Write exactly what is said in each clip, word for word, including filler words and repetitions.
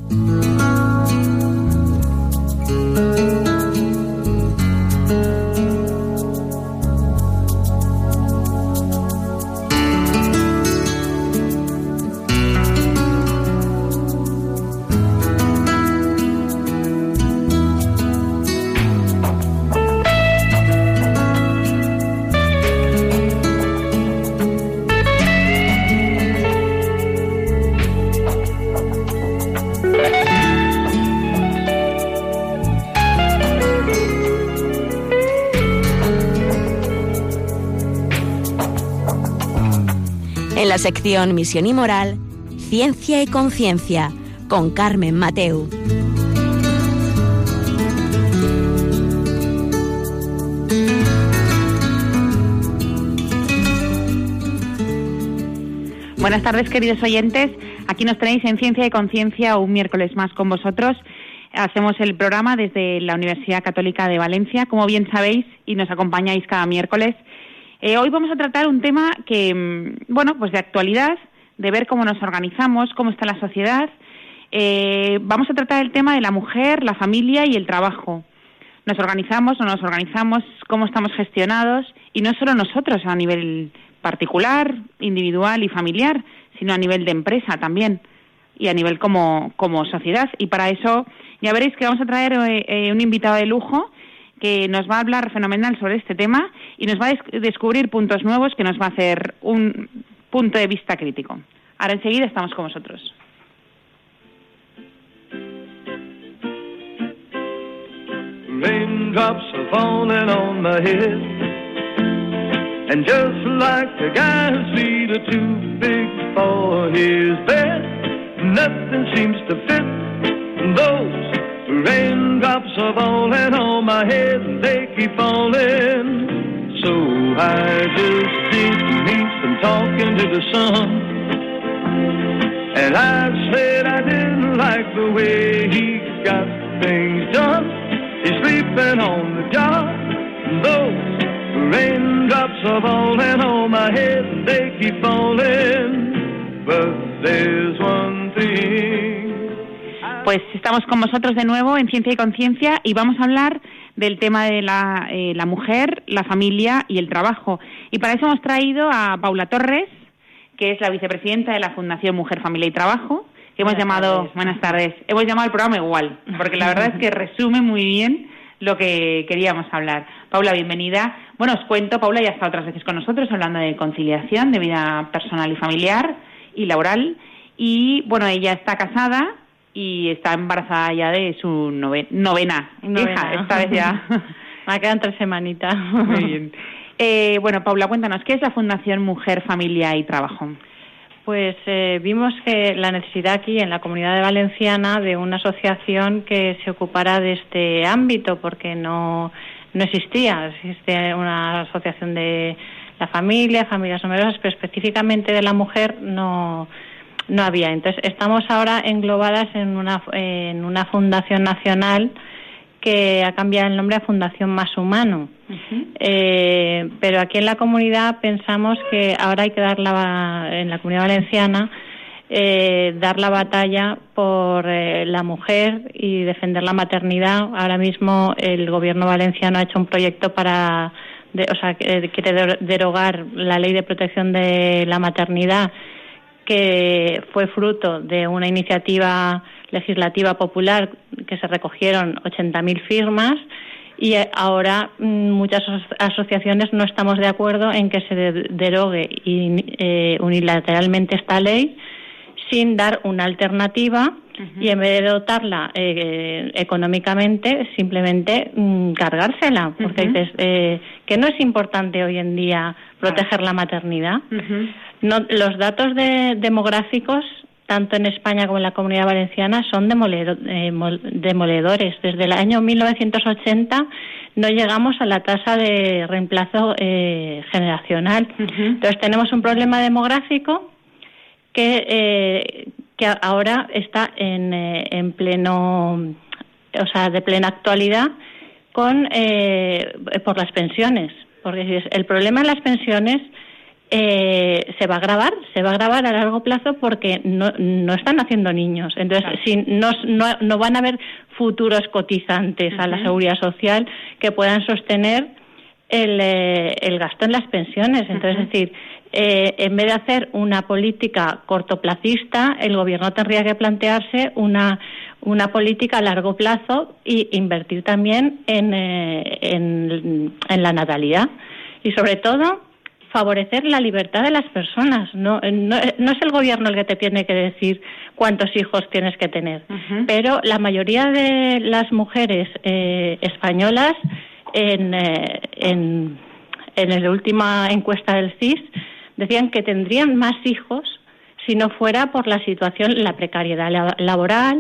En la sección Misión y Moral, Ciencia y Conciencia, con Carmen Mateu. Buenas tardes, queridos oyentes. Aquí nos tenéis en Ciencia y Conciencia un miércoles más con vosotros. Hacemos el programa desde la Universidad Católica de Valencia, como bien sabéis, y nos acompañáis cada miércoles. Eh, hoy vamos a tratar un tema que, bueno, pues de actualidad, de ver cómo nos organizamos, cómo está la sociedad. Eh, vamos a tratar el tema de la mujer, la familia y el trabajo. Nos organizamos, no nos organizamos, cómo estamos gestionados, y no solo nosotros a nivel particular, individual y familiar, sino a nivel de empresa también, y a nivel como, como sociedad. Y para eso ya veréis que vamos a traer eh, un invitado de lujo que nos va a hablar fenomenal sobre este tema y nos va a des- descubrir puntos nuevos que nos va a hacer un punto de vista crítico. Ahora enseguida estamos con vosotros. Raindrops are falling on my head, and just like the guy's feet are too big for his bed, nothing seems to fit those raindrops are falling on my head, and they keep falling. So I just did me some talking to the sun, and I said I didn't like the way he got things done. He's sleeping on the job. Those raindrops are falling on my head, and they keep falling. But there's one thing. Pues estamos con vosotros de nuevo en Ciencia y Conciencia y vamos a hablar del tema de la, eh, la mujer, la familia y el trabajo. Y para eso hemos traído a Paula Torres, que es la vicepresidenta de la Fundación Mujer, Familia y Trabajo, que hemos buenas llamado, tardes. buenas tardes, hemos llamado al programa igual, porque la verdad es que resume muy bien lo que queríamos hablar. Paula, bienvenida. Bueno, os cuento, Paula ya ha estado otras veces con nosotros hablando de conciliación de vida personal y familiar y laboral. Y bueno, ella está casada y está embarazada ya de su nove- novena, novena hija, esta vez ya. Me quedan tres semanitas. Muy bien. Eh, bueno, Paula, cuéntanos, ¿qué es la Fundación Mujer, Familia y Trabajo? Pues eh, vimos que la necesidad aquí en la Comunidad de Valenciana de una asociación que se ocupara de este ámbito, porque no, no existía. Existe una asociación de la familia, familias numerosas, pero específicamente de la mujer no... no había. Entonces, estamos ahora englobadas en una en una fundación nacional que ha cambiado el nombre a Fundación Más Humano. Uh-huh. Eh, pero aquí en la comunidad pensamos que ahora hay que dar la, en la Comunidad Valenciana, eh, dar la batalla por eh, la mujer y defender la maternidad. Ahora mismo el Gobierno valenciano ha hecho un proyecto para, de, o sea, que quiere derogar la Ley de Protección de la Maternidad, que fue fruto de una iniciativa legislativa popular que se recogieron ochenta mil firmas, y ahora muchas asociaciones no estamos de acuerdo en que se derogue eh, unilateralmente esta ley sin dar una alternativa. Uh-huh. Y en vez de dotarla eh, económicamente, simplemente mm, cargársela, porque uh-huh. dices eh, que no es importante hoy en día proteger la maternidad. Uh-huh. No, los datos de, demográficos, tanto en España como en la Comunidad Valenciana, son demoledor, eh, demoledores. Desde el año mil novecientos ochenta no llegamos a la tasa de reemplazo eh, generacional. Uh-huh. Entonces tenemos un problema demográfico que... Eh, que ahora está en, eh, en pleno, o sea, de plena actualidad con eh, por las pensiones, porque el problema de las pensiones eh, se va a agravar, se va a agravar a largo plazo porque no, no están haciendo niños. Entonces, claro. si no, no, no van a haber futuros cotizantes uh-huh. a la seguridad social que puedan sostener el, eh, el gasto en las pensiones. Entonces, uh-huh. es decir, eh, en vez de hacer una política cortoplacista, el gobierno tendría que plantearse una una política a largo plazo e invertir también en, eh, en, en la natalidad y, sobre todo, favorecer la libertad de las personas. No, no, no es el gobierno el que te tiene que decir cuántos hijos tienes que tener, uh-huh. pero la mayoría de las mujeres eh, españolas en, eh, en, en la última encuesta del C I S decían que tendrían más hijos si no fuera por la situación, la precariedad laboral,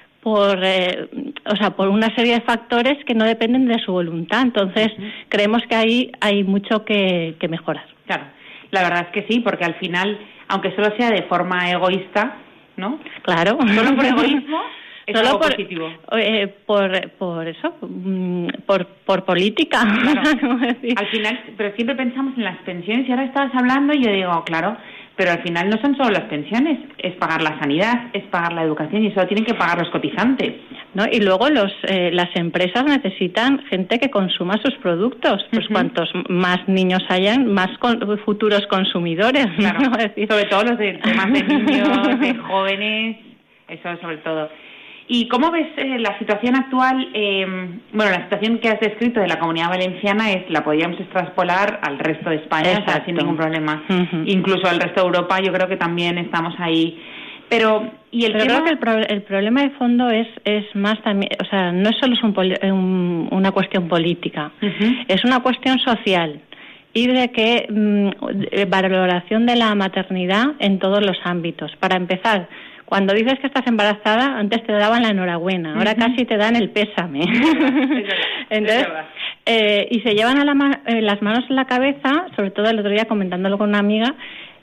por eh, o sea por una serie de factores que no dependen de su voluntad. Entonces uh-huh. creemos que ahí hay mucho que, que mejorar. Claro, la verdad es que sí, porque al final, aunque solo sea de forma egoísta, ¿no? Claro, solo por egoísmo es solo algo por, positivo. Eh, por por eso, por por política. Claro. Al final, pero siempre pensamos en las pensiones y ahora estabas hablando y yo digo, claro, pero al final no son solo las pensiones, es pagar la sanidad, es pagar la educación y eso lo tienen que pagar los cotizantes. ¿No? Y luego los eh, las empresas necesitan gente que consuma sus productos. Pues uh-huh. cuantos más niños hayan, más con, futuros consumidores. Claro, ¿no? Es decir... sobre todo los de temas de niños, de jóvenes, eso sobre todo. ¿Y cómo ves eh, la situación actual? Eh, bueno, la situación que has descrito de la Comunidad Valenciana es la podríamos extrapolar al resto de España, o sea, sin ningún problema. Uh-huh. Incluso al resto de Europa, yo creo que también estamos ahí. Pero y el Pero tema... creo que el, pro- el problema de fondo es es más también, o sea, no es solo es un poli- un, una cuestión política, uh-huh. es una cuestión social y de que mmm, valoración de la maternidad en todos los ámbitos. Para empezar, cuando dices que estás embarazada, antes te daban la enhorabuena, ahora uh-huh. casi te dan el pésame. Entonces, eh, y se llevan a la ma- eh, las manos en la cabeza, sobre todo el otro día comentándolo con una amiga,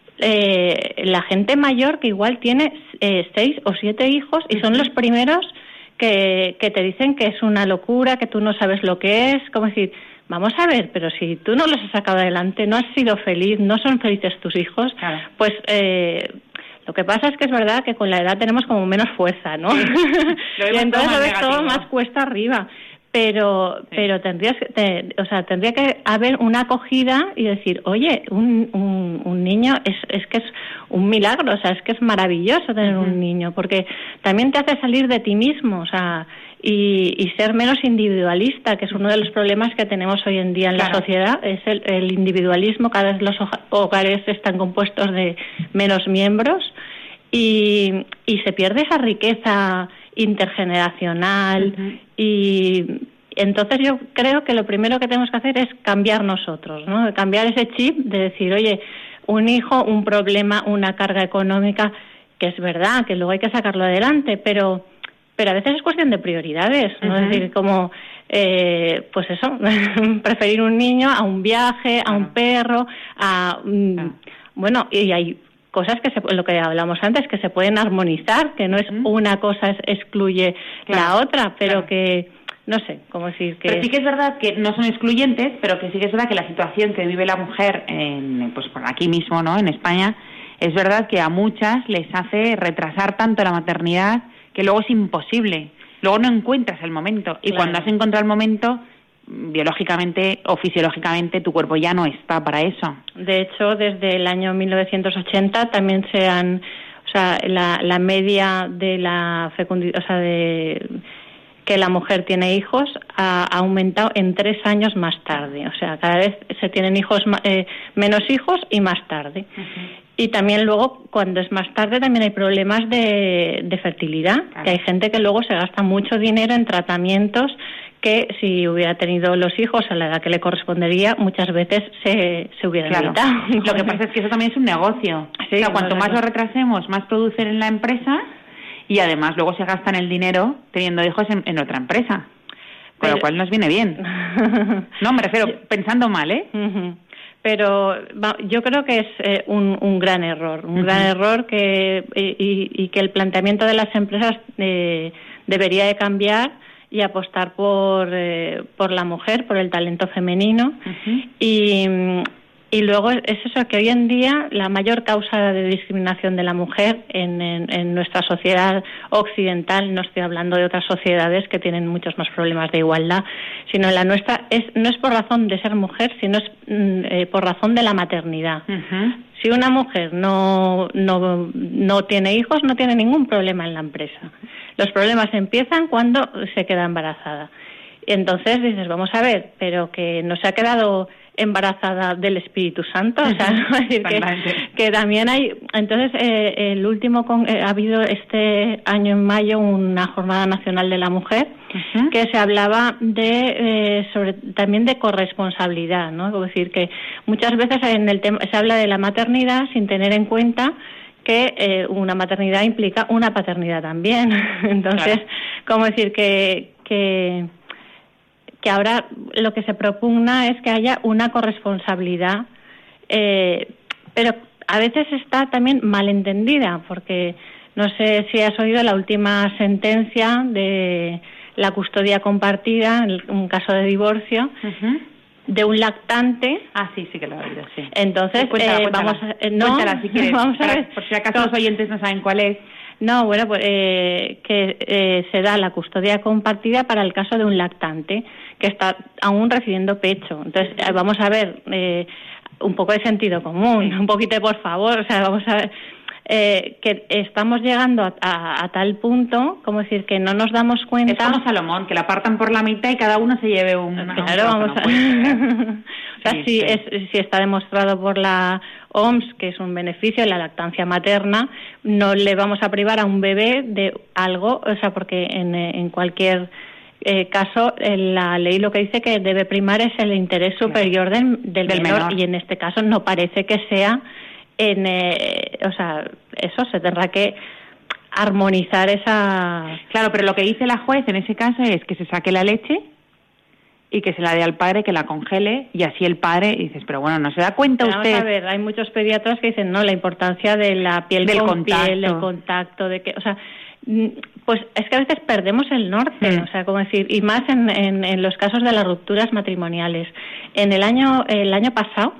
eh, la gente mayor que igual tiene eh, seis o siete hijos y son uh-huh. los primeros que, que te dicen que es una locura, que tú no sabes lo que es, como decir, vamos a ver, pero si tú no los has sacado adelante, no has sido feliz, no son felices tus hijos, claro. pues... Eh, Lo que pasa es que es verdad que con la edad tenemos como menos fuerza, ¿no? Sí. Y entonces lo ves todo más cuesta arriba. Pero sí. pero tendrías te, o sea, tendría que haber una acogida y decir, oye, un, un, un niño es, es que es un milagro, o sea, es que es maravilloso tener uh-huh. un niño, porque también te hace salir de ti mismo, o sea, y, y ser menos individualista, que es uno de los problemas que tenemos hoy en día en claro. la sociedad, es el, el individualismo. Cada vez los hogares están compuestos de menos miembros y, y se pierde esa riqueza intergeneracional uh-huh. y entonces yo creo que lo primero que tenemos que hacer es cambiar nosotros, ¿no? Cambiar ese chip de decir, oye, un hijo, un problema, una carga económica, que es verdad que luego hay que sacarlo adelante, pero pero a veces es cuestión de prioridades, ¿no? Uh-huh. Es decir, como eh, pues eso, preferir un niño a un viaje, a uh-huh. un perro, a uh-huh. bueno, y hay cosas que se, lo que hablamos antes, que se pueden armonizar, que no es uh-huh. una cosa es, excluye claro. la otra, pero claro. que no sé, cómo decir que... Pero sí que es verdad que no son excluyentes, pero que sí que es verdad que la situación que vive la mujer, en, pues por aquí mismo, ¿no?, en España, es verdad que a muchas les hace retrasar tanto la maternidad que luego es imposible. Luego no encuentras el momento. Y claro. cuando has encontrado el momento, biológicamente o fisiológicamente tu cuerpo ya no está para eso. De hecho, desde el año mil novecientos ochenta también se han... O sea, la, la media de la fecundidad... O sea, de... que la mujer tiene hijos ha, ha aumentado en tres años más tarde. O sea, cada vez se tienen hijos eh, menos hijos y más tarde. Uh-huh. Y también luego, cuando es más tarde, también hay problemas de, de fertilidad, claro. que hay gente que luego se gasta mucho dinero en tratamientos que si hubiera tenido los hijos a la edad que le correspondería, muchas veces se, se hubieran claro. evitado. Lo que pasa es que eso también es un negocio. Sí, o sea, cuanto más lo retrasemos, más producen en la empresa. Y además luego se gastan el dinero teniendo hijos en, en otra empresa, con Pero... lo cual nos viene bien. No, me refiero pensando mal, ¿eh? Uh-huh. Pero va, yo creo que es eh, un, un gran error, un uh-huh. gran error que y, y que el planteamiento de las empresas eh, debería de cambiar y apostar por eh, por la mujer, por el talento femenino uh-huh. y Y luego es eso, que hoy en día la mayor causa de discriminación de la mujer en, en, en nuestra sociedad occidental, no estoy hablando de otras sociedades que tienen muchos más problemas de igualdad, sino en la nuestra es no es por razón de ser mujer, sino es eh, por razón de la maternidad. Uh-huh. Si una mujer no, no, no tiene hijos, no tiene ningún problema en la empresa. Los problemas empiezan cuando se queda embarazada. Y entonces dices, vamos a ver, pero que no se ha quedado embarazada del Espíritu Santo, o sea, uh-huh. decir que, que también hay. Entonces, eh, el último con, eh, ha habido este año en mayo una Jornada Nacional de la Mujer, uh-huh. que se hablaba de eh, sobre también de corresponsabilidad, ¿no? Es decir, que muchas veces en el tema se habla de la maternidad sin tener en cuenta que eh, una maternidad implica una paternidad también. Entonces, claro. como decir que que que ahora lo que se propugna es que haya una corresponsabilidad, eh, pero a veces está también malentendida, porque no sé si has oído la última sentencia de la custodia compartida, en un caso de divorcio, uh-huh. de un lactante. Ah, sí, sí que lo he oído, sí. Entonces, cuéntala, eh, cuéntala. vamos a... Eh, no, cuéntala, si quieres, vamos a para, ver. por si acaso no. los oyentes no saben cuál es. No, bueno, pues eh, que eh, se da la custodia compartida para el caso de un lactante que está aún recibiendo pecho. Entonces, eh, vamos a ver, eh, un poco de sentido común, un poquito de por favor, o sea, vamos a ver, eh, que estamos llegando a, a, a tal punto, como decir, que no nos damos cuenta... Es como Salomón, que la partan por la mitad y cada uno se lleve un... Claro, un vamos a... o sea, sí, sí, sí. Es, sí está demostrado por la O M S que es un beneficio, la lactancia materna, no le vamos a privar a un bebé de algo, o sea, porque en, en cualquier eh, caso eh, la ley lo que dice que debe primar es el interés superior del, del, del menor, menor, y en este caso no parece que sea en, eh, o sea, eso se tendrá que armonizar esa... Claro, pero lo que dice la juez en ese caso es que se saque la leche y que se la dé al padre, que la congele, y así el padre, y dices, pero bueno, ¿no se da cuenta pero usted? Vamos a ver, hay muchos pediatras que dicen, no, la importancia de la piel del con contacto. piel, el contacto, de que, o sea, pues es que a veces perdemos el norte, mm. o sea, como decir, y más en, en, en los casos de las rupturas matrimoniales. En el año, el año pasado,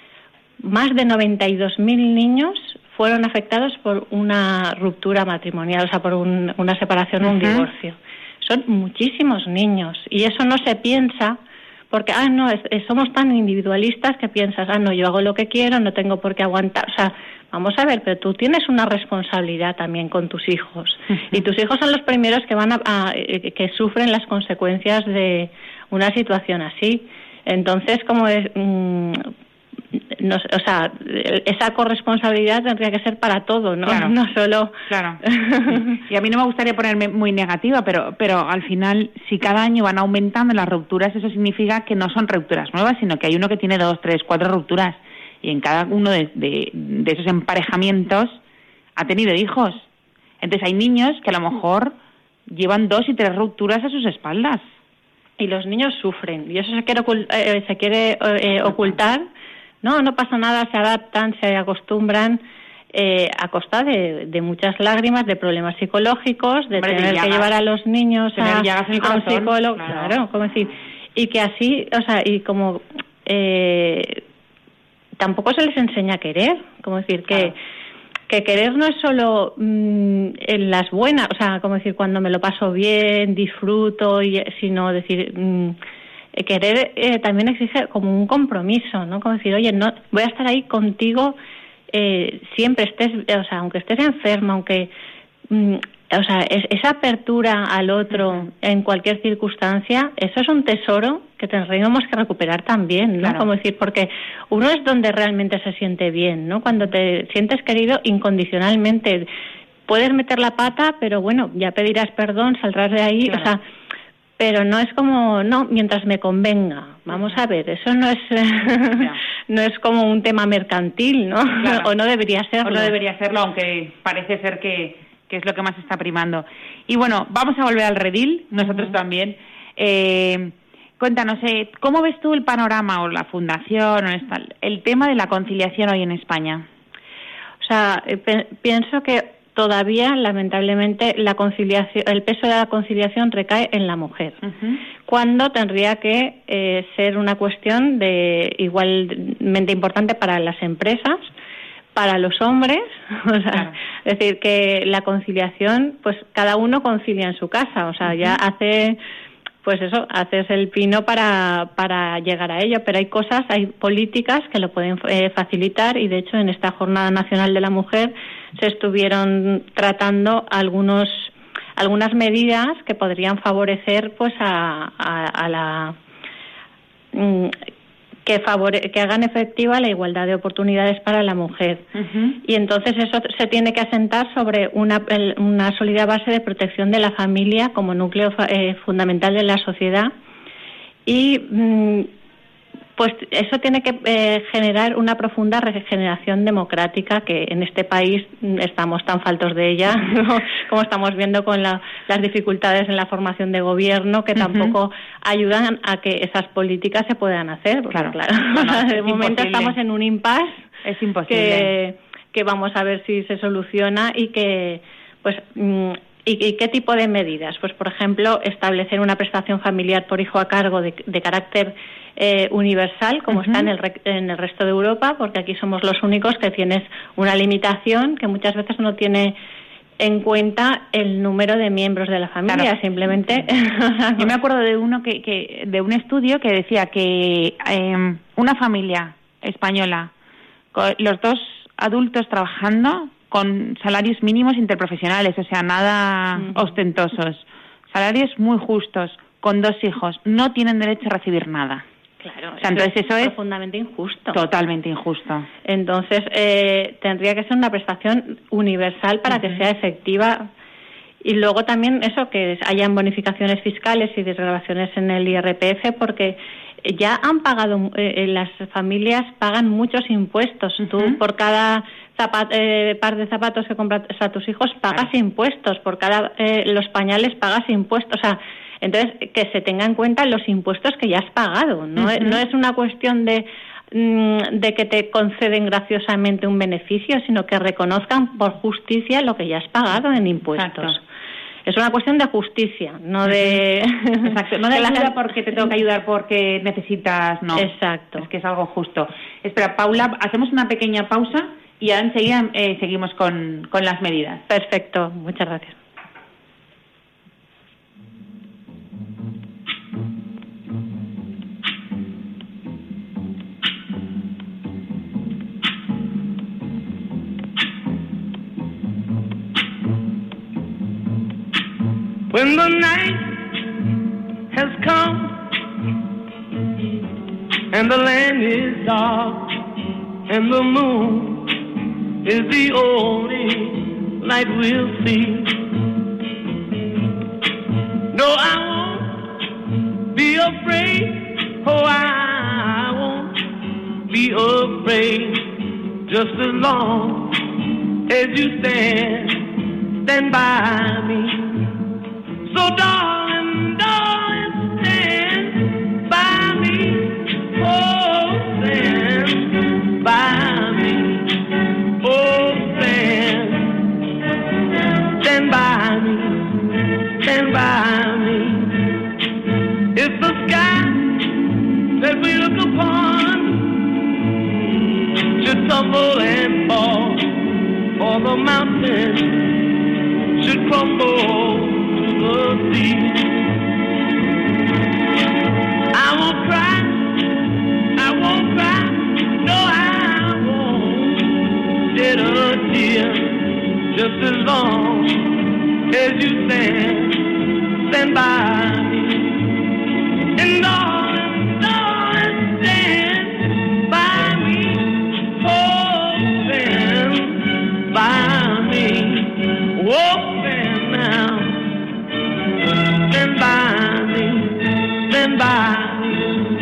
más de noventa y dos mil niños fueron afectados por una ruptura matrimonial, o sea, por un, una separación o uh-huh. un divorcio. Son muchísimos niños y eso no se piensa porque, ah, no, es, es, somos tan individualistas que piensas, ah, no, yo hago lo que quiero, no tengo por qué aguantar. O sea, vamos a ver, pero tú tienes una responsabilidad también con tus hijos uh-huh. y tus hijos son los primeros que van a, a que sufren las consecuencias de una situación así. Entonces, como es... Mmm, No, o sea, esa corresponsabilidad tendría que ser para todo, ¿no? Claro, no solo... Claro. Sí. Y a mí no me gustaría ponerme muy negativa, pero pero al final, si cada año van aumentando las rupturas, eso significa que no son rupturas nuevas, sino que hay uno que tiene dos, tres, cuatro rupturas. Y en cada uno de, de, de esos emparejamientos ha tenido hijos. Entonces hay niños que a lo mejor llevan dos y tres rupturas a sus espaldas. Y los niños sufren. Y eso se quiere, ocult- eh, se quiere eh, ocultar... No, no pasa nada, se adaptan, se acostumbran eh, a costa de, de muchas lágrimas, de problemas psicológicos, de Hombre, tener de que llevar a los niños a, a un psicólogo, claro. claro, como decir, y que así, o sea, y como eh, tampoco se les enseña a querer, como decir que claro. que querer no es solo mmm, en las buenas, o sea, como decir cuando me lo paso bien, disfruto, y, sino decir mmm, querer eh, también exige como un compromiso, ¿no? Como decir, oye, no voy a estar ahí contigo eh, siempre estés, o sea, aunque estés enferma, aunque, mm, o sea, es, esa apertura al otro uh-huh. en cualquier circunstancia, eso es un tesoro que tendríamos que recuperar también, ¿no? Claro. Como decir, porque uno es donde realmente se siente bien, ¿no? Cuando te sientes querido incondicionalmente, puedes meter la pata, pero bueno, ya pedirás perdón, saldrás de ahí, claro. o sea. Pero no es como, no, mientras me convenga. Vamos a ver, eso no es no es como un tema mercantil, ¿no? Claro. O no debería serlo. O no debería serlo, aunque parece ser que, que es lo que más está primando. Y bueno, vamos a volver al redil, nosotros uh-huh. también. Eh, cuéntanos, eh, ¿cómo ves tú el panorama o la fundación o esta, el tema de la conciliación hoy en España? O sea, eh, pe- pienso que todavía, lamentablemente, la conciliación, el peso de la conciliación recae en la mujer, uh-huh. cuando tendría que eh, ser una cuestión de igual igualmente importante para las empresas, para los hombres, o sea, claro. Es decir, que la conciliación, pues cada uno concilia en su casa, o sea, uh-huh. ya hace, pues eso, haces el pino para, para llegar a ello, pero hay cosas, hay políticas que lo pueden eh, facilitar, y de hecho en esta Jornada Nacional de la Mujer se estuvieron tratando algunos algunas medidas que podrían favorecer pues a, a, a la mm, que favore, que hagan efectiva la igualdad de oportunidades para la mujer. Uh-huh. Y entonces eso se tiene que asentar sobre una, una sólida base de protección de la familia como núcleo eh, fundamental de la sociedad, y mm, pues eso tiene que eh, generar una profunda regeneración democrática, que en este país estamos tan faltos de ella, ¿no? Como estamos viendo con la, las dificultades en la formación de gobierno, que uh-huh. tampoco ayudan a que esas políticas se puedan hacer. Porque, claro, claro. No, no, de momento imposible. Estamos en un impasse. Es imposible. Que, que vamos a ver si se soluciona, y que pues mm, ¿Y, ¿Y qué tipo de medidas? Pues, por ejemplo, establecer una prestación familiar por hijo a cargo de, de carácter eh, universal, como uh-huh. está en el, en el resto de Europa, porque aquí somos los únicos que tienes una limitación que muchas veces no tiene en cuenta el número de miembros de la familia, claro. Simplemente. Yo me acuerdo de uno que, que de un estudio que decía que eh, una familia española, con los dos adultos trabajando con salarios mínimos interprofesionales, o sea, nada uh-huh. ostentosos, salarios muy justos, con dos hijos, no tienen derecho a recibir nada. Claro, o sea, entonces es eso es profundamente injusto. Totalmente injusto. Entonces, eh, tendría que ser una prestación universal para uh-huh. que sea efectiva. Y luego también eso, que hayan bonificaciones fiscales y desgravaciones en el I R P F, porque ya han pagado, eh, las familias pagan muchos impuestos. Uh-huh. Tú por cada zapat, eh, par de zapatos que compras a tus hijos pagas claro. impuestos, por cada eh, los pañales pagas impuestos, o sea, entonces que se tenga en cuenta los impuestos que ya has pagado, no, uh-huh. no es una cuestión de de que te conceden graciosamente un beneficio, sino que reconozcan por justicia lo que ya has pagado en impuestos. Exacto. Es una cuestión de justicia, no de... Exacto, no de ayuda gente... porque te tengo que ayudar porque necesitas... No, exacto. Es que es algo justo. Espera, Paula, hacemos una pequeña pausa y ahora enseguida eh, seguimos con, con las medidas. Perfecto, muchas gracias. When the night has come and the land is dark and the moon is the only light we'll see, no, I won't be afraid, oh, I won't be afraid, just as long as you stand, stand by me. So darling, darling, stand by me, oh, stand by me, oh, stand, stand by me, stand by me. It's the sky that we look upon should tumble and fall, or the mountain should crumble. See. I won't cry, I won't cry, no, I won't shed a tear, just as long as you stand, stand by me. And darling, darling, stand by me, oh, stand by me, oh, stand now. Stand by me, stand by me.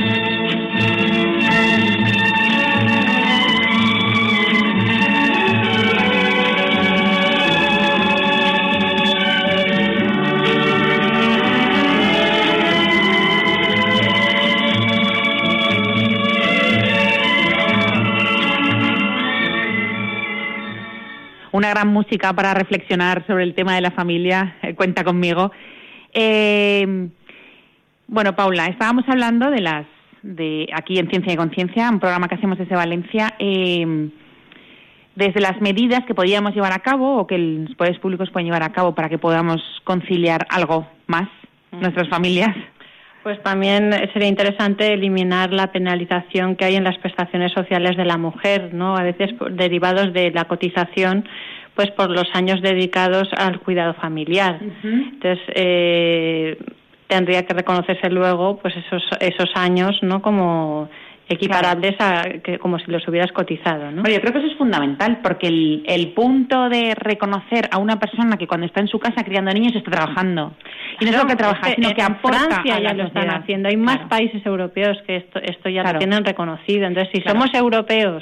Una gran música para reflexionar sobre el tema de la familia, eh, cuenta conmigo. Eh, bueno, Paula, estábamos hablando de las de aquí en Ciencia y Conciencia, un programa que hacemos desde Valencia, eh, desde las medidas que podíamos llevar a cabo o que los poderes públicos pueden llevar a cabo para que podamos conciliar algo más mm. nuestras familias. Pues también sería interesante eliminar la penalización que hay en las prestaciones sociales de la mujer, ¿no? A veces derivados de la cotización, pues por los años dedicados al cuidado familiar. Uh-huh. Entonces, eh, tendría que reconocerse luego, pues esos esos años, ¿no? Como equiparables claro. a que como si los hubieras cotizado, ¿no? Bueno, yo creo que eso es fundamental, porque el, el punto de reconocer a una persona que cuando está en su casa criando niños está trabajando. Y no, no es lo que trabaja, es que sino que en aporta Francia a ya la lo sociedad. están haciendo. Hay más claro. países europeos que esto esto ya claro. lo tienen reconocido. Entonces, si claro. somos europeos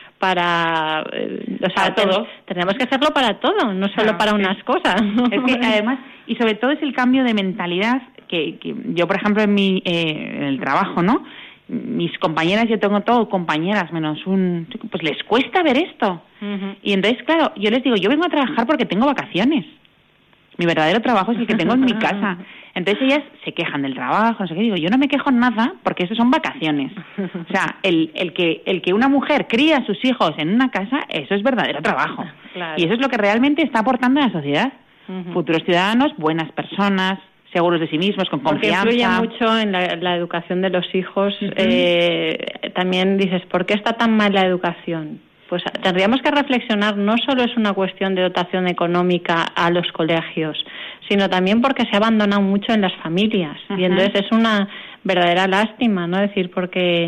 para, eh, o sea, para todo, tenemos que hacerlo para todo, no solo claro, para sí. unas cosas, ¿no? Es que además, y sobre todo es el cambio de mentalidad que, que yo, por ejemplo, en mi eh, en el trabajo, ¿no? Mis compañeras, yo tengo todo compañeras menos un, pues les cuesta ver esto. Uh-huh. Y entonces, claro, yo les digo, yo vengo a trabajar porque tengo vacaciones. Mi verdadero trabajo es el que tengo en mi casa. Entonces ellas se quejan del trabajo, no sé qué. Digo, yo no me quejo en nada porque eso son vacaciones. O sea, el, el que el que una mujer cría a sus hijos en una casa, eso es verdadero trabajo. Claro. Y eso es lo que realmente está aportando a la sociedad. Uh-huh. Futuros ciudadanos, buenas personas, seguros de sí mismos, con confianza. Porque influye mucho en la, la educación de los hijos. Uh-huh. Eh, también dices, ¿por qué está tan mal la educación? Pues tendríamos que reflexionar, no solo es una cuestión de dotación económica a los colegios, sino también porque se ha abandonado mucho en las familias. Uh-huh. Y entonces es una verdadera lástima, ¿no? Es decir, porque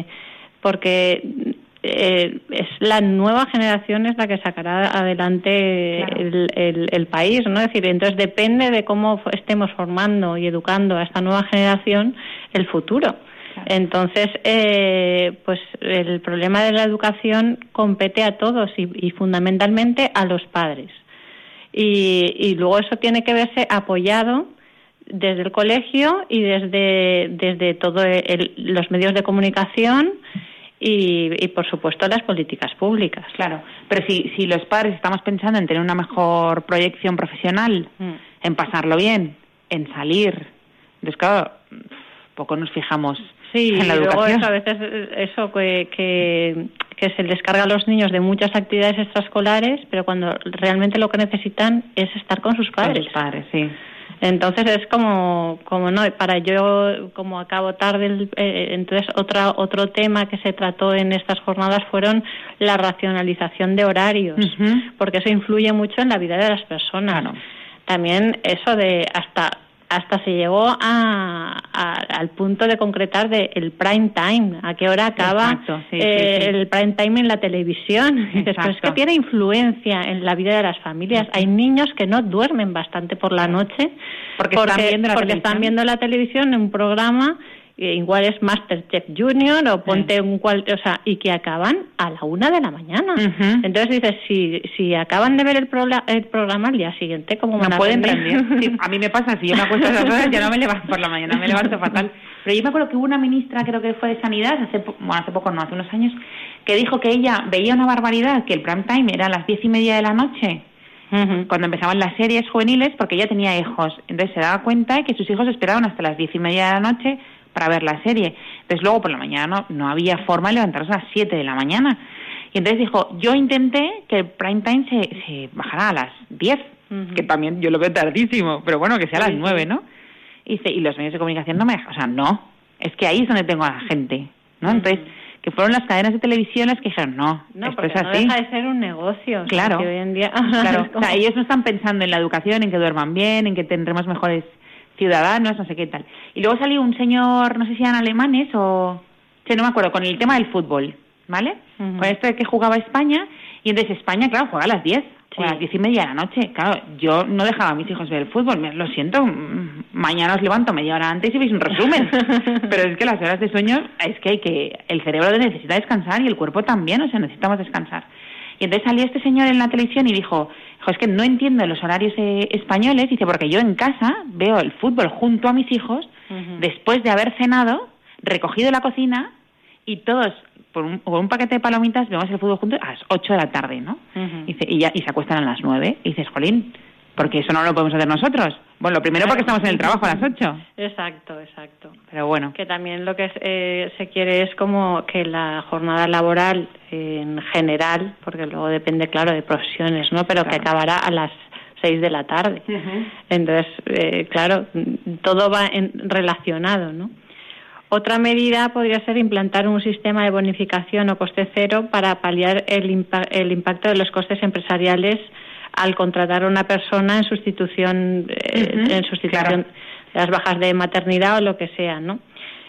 porque eh, es la nueva generación es la que sacará adelante claro. el, el, el país, ¿no? Es decir, entonces depende de cómo estemos formando y educando a esta nueva generación el futuro. Entonces, eh, pues el problema de la educación compete a todos y, y fundamentalmente a los padres. Y, y luego eso tiene que verse apoyado desde el colegio y desde desde todos los medios de comunicación y, y, por supuesto, las políticas públicas. Claro, pero si, si los padres estamos pensando en tener una mejor proyección profesional, mm. en pasarlo bien, en salir, entonces, claro, poco nos fijamos. Sí, en la y luego educación. Eso, a veces eso que, que, que se les carga a los niños de muchas actividades extraescolares, pero cuando realmente lo que necesitan es estar con sus padres. Con sus padres, sí. Entonces es como, como no, para yo, como acabo tarde, el, eh, entonces otra, otro tema que se trató en estas jornadas fueron la racionalización de horarios, uh-huh. porque eso influye mucho en la vida de las personas. Claro. También eso de hasta... hasta se llegó a, a, al punto de concretar de el prime time, a qué hora acaba Exacto, sí, eh, sí, sí. el prime time en la televisión. Y dices, pues es que tiene influencia en la vida de las familias. Hay niños que no duermen bastante por la noche porque, porque, están, viendo la porque están viendo la televisión en un programa, igual es Masterchef Junior o ponte sí. un cual, o sea, y que acaban a la una de la mañana. Uh-huh. Entonces dices, si si acaban de ver el, pro, el programa al día siguiente, ¿cómo van no a pueden rendir? Sí, a mí me pasa, si yo me acuesto a esas horas, yo no me levanto por la mañana, me levanto fatal. Pero yo me acuerdo que hubo una ministra, creo que fue de Sanidad, hace po- bueno, hace poco no, hace unos años, que dijo que ella veía una barbaridad, que el prime time era a las diez y media de la noche, uh-huh. cuando empezaban las series juveniles, porque ella tenía hijos. Entonces se daba cuenta de que sus hijos esperaban hasta las diez y media de la noche para ver la serie. Entonces luego por la mañana no, no había forma de levantarse a las siete de la mañana. Y entonces dijo, yo intenté que el prime time se, se bajara a las diez, uh-huh. que también yo lo veo tardísimo, pero bueno, que sea a las nueve, ¿no? Y, dice, y los medios de comunicación no me dejan, o sea, no, es que ahí es donde tengo a la gente, ¿no? Uh-huh. Entonces, que fueron las cadenas de televisión las que dijeron, no, no esto porque es así. No deja de ser un negocio. Claro, o sea, que hoy en día... claro. como... O sea, ellos no están pensando en la educación, en que duerman bien, en que tendremos mejores ciudadanos, no sé qué tal. Y luego salió un señor, no sé si eran alemanes o... Sí, no me acuerdo, con el tema del fútbol, ¿vale? Uh-huh. Con esto de que jugaba España, y entonces España, claro, juega a las diez, sí. o a las diez y media de la noche. Claro, yo no dejaba a mis hijos ver el fútbol, lo siento, mañana os levanto media hora antes y veis un resumen. Pero es que las horas de sueño, es que hay que... El cerebro necesita descansar y el cuerpo también, o sea, necesitamos descansar. Y entonces salió este señor en la televisión y dijo, es que no entiendo los horarios eh, españoles, dice, porque yo en casa veo el fútbol junto a mis hijos, uh-huh. después de haber cenado, recogido la cocina, y todos, por un, por un paquete de palomitas, vemos el fútbol juntos a las ocho de la tarde, ¿no? Uh-huh. Dice, y, ya, y se acuestan a las nueve, y dices, jolín, porque eso no lo podemos hacer nosotros. Bueno, lo primero porque estamos en el trabajo a las ocho. Exacto, exacto. Pero bueno. Que también lo que eh, se quiere es como que la jornada laboral eh, en general, porque luego depende, claro, de profesiones, ¿no? Pero claro, que acabará a las seis de la tarde. Uh-huh. Entonces, eh, claro, todo va en, relacionado, ¿no? Otra medida podría ser implantar un sistema de bonificación o coste cero para paliar el, impa- el impacto de los costes empresariales al contratar a una persona en sustitución, eh, uh-huh, en sustitución claro, de las bajas de maternidad o lo que sea, ¿no?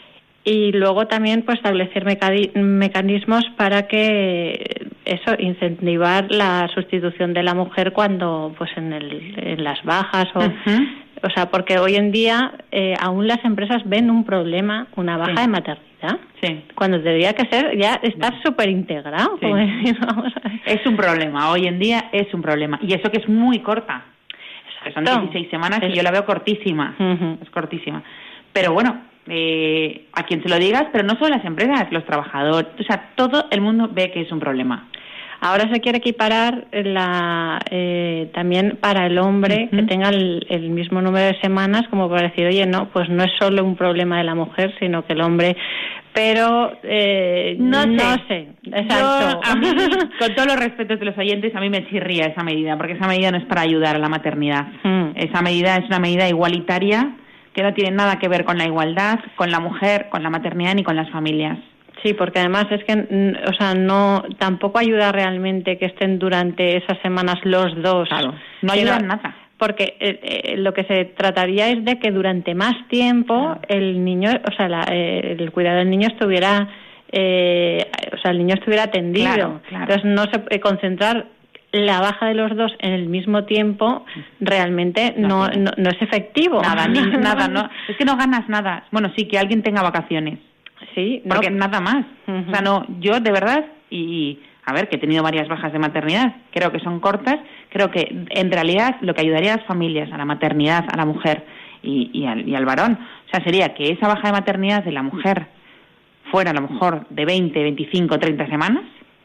Y luego también pues establecer mecadi- mecanismos para que eso, incentivar la sustitución de la mujer cuando pues en, el, en las bajas o uh-huh, o sea, porque hoy en día eh, aún las empresas ven un problema, una baja sí, de maternidad, sí, cuando tendría que ser ya estar súper integrado. Sí. Como decir, vamos a ver. Es un problema, hoy en día es un problema. Y eso que es muy corta. Que son dieciséis semanas es... y yo la veo cortísima. Uh-huh. Es cortísima. Pero bueno, eh, a quien se lo digas, pero no solo las empresas, los trabajadores, o sea, todo el mundo ve que es un problema. Ahora se quiere equiparar la, eh, también para el hombre uh-huh, que tenga el, el mismo número de semanas, como para decir, oye, no, pues no es solo un problema de la mujer, sino que el hombre... Pero eh, no, no sé, sé. Exacto. Yo, a mí, con todos los respetos de los oyentes, a mí me chirría esa medida, porque esa medida no es para ayudar a la maternidad. Uh-huh. Esa medida es una medida igualitaria que no tiene nada que ver con la igualdad, con la mujer, con la maternidad ni con las familias. Sí, porque además es que, o sea, no, tampoco ayuda realmente que estén durante esas semanas los dos. Claro, no ayuda en nada. Porque eh, eh, lo que se trataría es de que durante más tiempo claro, el niño, o sea, la, eh, el cuidado del niño estuviera, eh, o sea, el niño estuviera atendido. Claro, claro. Entonces no se puede concentrar la baja de los dos en el mismo tiempo, realmente no, no, no es efectivo. Nada, ni, nada, no, es que no ganas nada. Bueno, sí, que alguien tenga vacaciones. Sí, porque no, nada más. Uh-huh. O sea, no, yo de verdad, y a ver, que he tenido varias bajas de maternidad, creo que son cortas, creo que en realidad lo que ayudaría a las familias, a la maternidad, a la mujer y, y, al, y al varón, o sea, sería que esa baja de maternidad de la mujer fuera a lo mejor de veinte, veinticinco, treinta semanas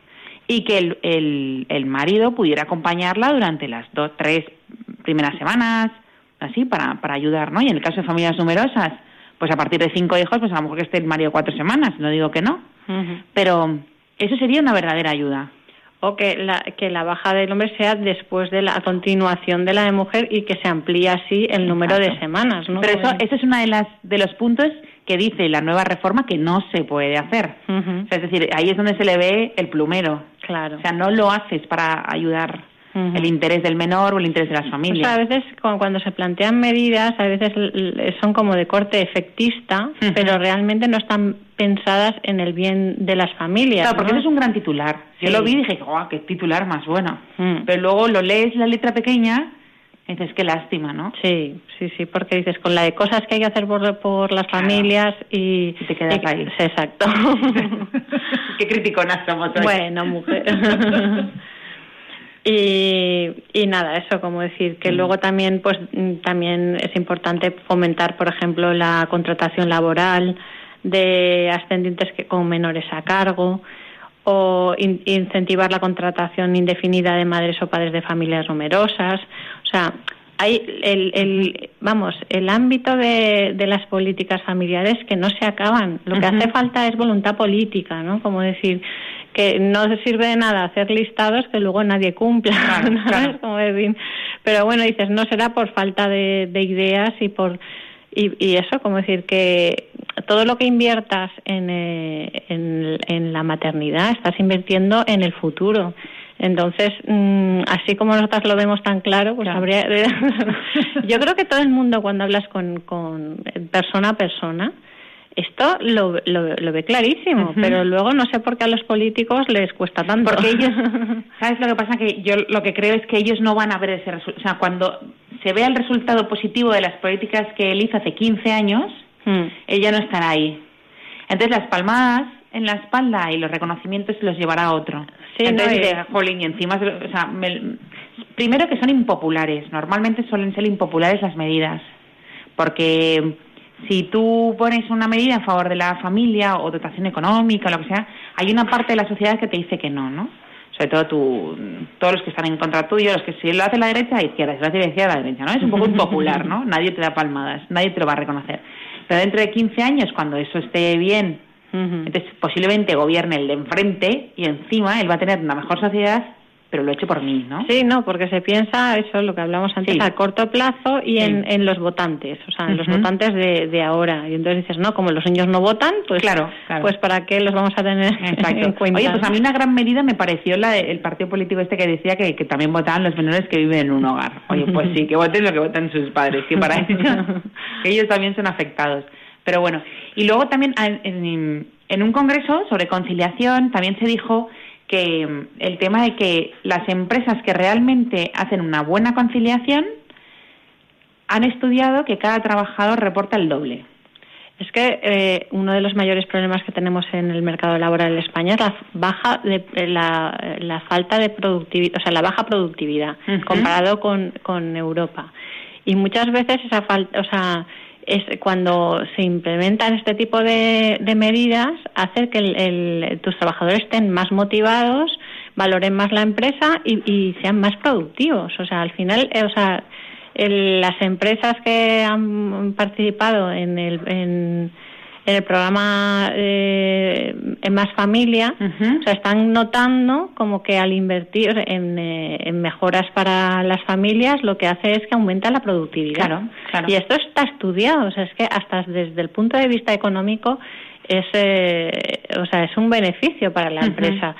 y que el, el, el marido pudiera acompañarla durante las dos, tres primeras semanas, así, para, para ayudar, ¿no? Y en el caso de familias numerosas, pues a partir de cinco hijos, pues a lo mejor que esté el marido cuatro semanas, no digo que no, uh-huh, pero eso sería una verdadera ayuda. O que la, que la baja del hombre sea después de la a continuación de la de mujer y que se amplíe así el número Exacto. de semanas, ¿no? Pero eso, eso es uno de las de los puntos que dice la nueva reforma que no se puede hacer. Uh-huh. O sea, es decir, ahí es donde se le ve el plumero. Claro. O sea, no lo haces para ayudar uh-huh, el interés del menor o el interés de las familias. O sea, a veces cuando se plantean medidas, a veces son como de corte efectista, uh-huh, pero realmente no están pensadas en el bien de las familias. Claro, porque ¿no? eso es un gran titular. Sí. Yo lo vi y dije, ¡guau, qué titular más bueno! Uh-huh. Pero luego lo lees la letra pequeña y dices, qué lástima, ¿no? Sí, sí, sí, porque dices, con la de cosas que hay que hacer por, por las claro, familias y... y te quedas y, ahí. Sí, exacto. Qué criticonas somos hoy. Bueno, mujer... Y, y nada, eso, como decir, que mm. luego también, pues, también es importante fomentar, por ejemplo, la contratación laboral de ascendientes que, con menores a cargo, o in, incentivar la contratación indefinida de madres o padres de familias numerosas. O sea, hay el, el vamos, el ámbito de, de las políticas familiares que no se acaban. Lo que uh-huh, hace falta es voluntad política, ¿no? Como decir, que no sirve de nada hacer listados que luego nadie cumpla, claro, claro. Como decir, pero bueno, dices, no será por falta de, de ideas y por y, y eso, como decir que todo lo que inviertas en, eh, en, en la maternidad estás invirtiendo en el futuro. Entonces, mmm, así como nosotras lo vemos tan claro, pues claro, habría... Yo creo que todo el mundo, cuando hablas con, con persona a persona, esto lo, lo, lo ve clarísimo, uh-huh, pero luego no sé por qué a los políticos les cuesta tanto. Porque ellos, ¿sabes lo que pasa? Que yo lo que creo es que ellos no van a ver ese resultado. O sea, cuando se vea el resultado positivo de las políticas que él hizo hace quince años, uh-huh, ella no estará ahí. Entonces las palmadas en la espalda y los reconocimientos los llevará a otro. Sí, entonces, no, de, jolín, y encima, o sea, me, primero que son impopulares. Normalmente suelen ser impopulares las medidas, porque si tú pones una medida en favor de la familia o dotación económica o lo que sea, hay una parte de la sociedad que te dice que no, ¿no? sobre todo tu, todos los que están en contra tuyo, los que si lo hace la derecha, a izquierda, si lo hace la izquierda, a la derecha, ¿no? Es un poco impopular, ¿no? Nadie te da palmadas, nadie te lo va a reconocer. Pero dentro de quince años, cuando eso esté bien, uh-huh. entonces posiblemente gobierne el de enfrente y encima él va a tener una mejor sociedad, pero lo he hecho por mí, ¿no? Sí, no, porque se piensa, eso es lo que hablamos antes, sí. a corto plazo y sí. en, en los votantes, o sea, en uh-huh. los votantes de, de ahora. Y entonces dices, no, como los niños no votan, pues claro, claro. pues ¿para qué los vamos a tener Exacto. en cuenta? Oye, pues a mí una gran medida me pareció la de, el partido político este que decía que, que también votaban los menores que viven en un hogar. Oye, pues sí, que voten lo que votan sus padres, que para ellos, que ellos también son afectados. Pero bueno, y luego también en, en, en un congreso sobre conciliación también se dijo que el tema de que las empresas que realmente hacen una buena conciliación han estudiado que cada trabajador reporta el doble. Es que eh, uno de los mayores problemas que tenemos en el mercado laboral en España es la baja de la, la falta de productividad, o sea, la baja productividad uh-huh. comparado con, con Europa. Y muchas veces esa falta, o sea, es cuando se implementan este tipo de, de medidas, hacer que el, el, tus trabajadores estén más motivados, valoren más la empresa y, y sean más productivos. O sea, al final, eh, o sea, el, las empresas que han participado en el en, en el programa eh, en Más Familia, uh-huh. o sea, están notando como que al invertir en, eh, en mejoras para las familias, lo que hace es que aumenta la productividad. Claro, claro. Y esto está estudiado, o sea, es que hasta desde el punto de vista económico es, eh, o sea, es un beneficio para la uh-huh. empresa.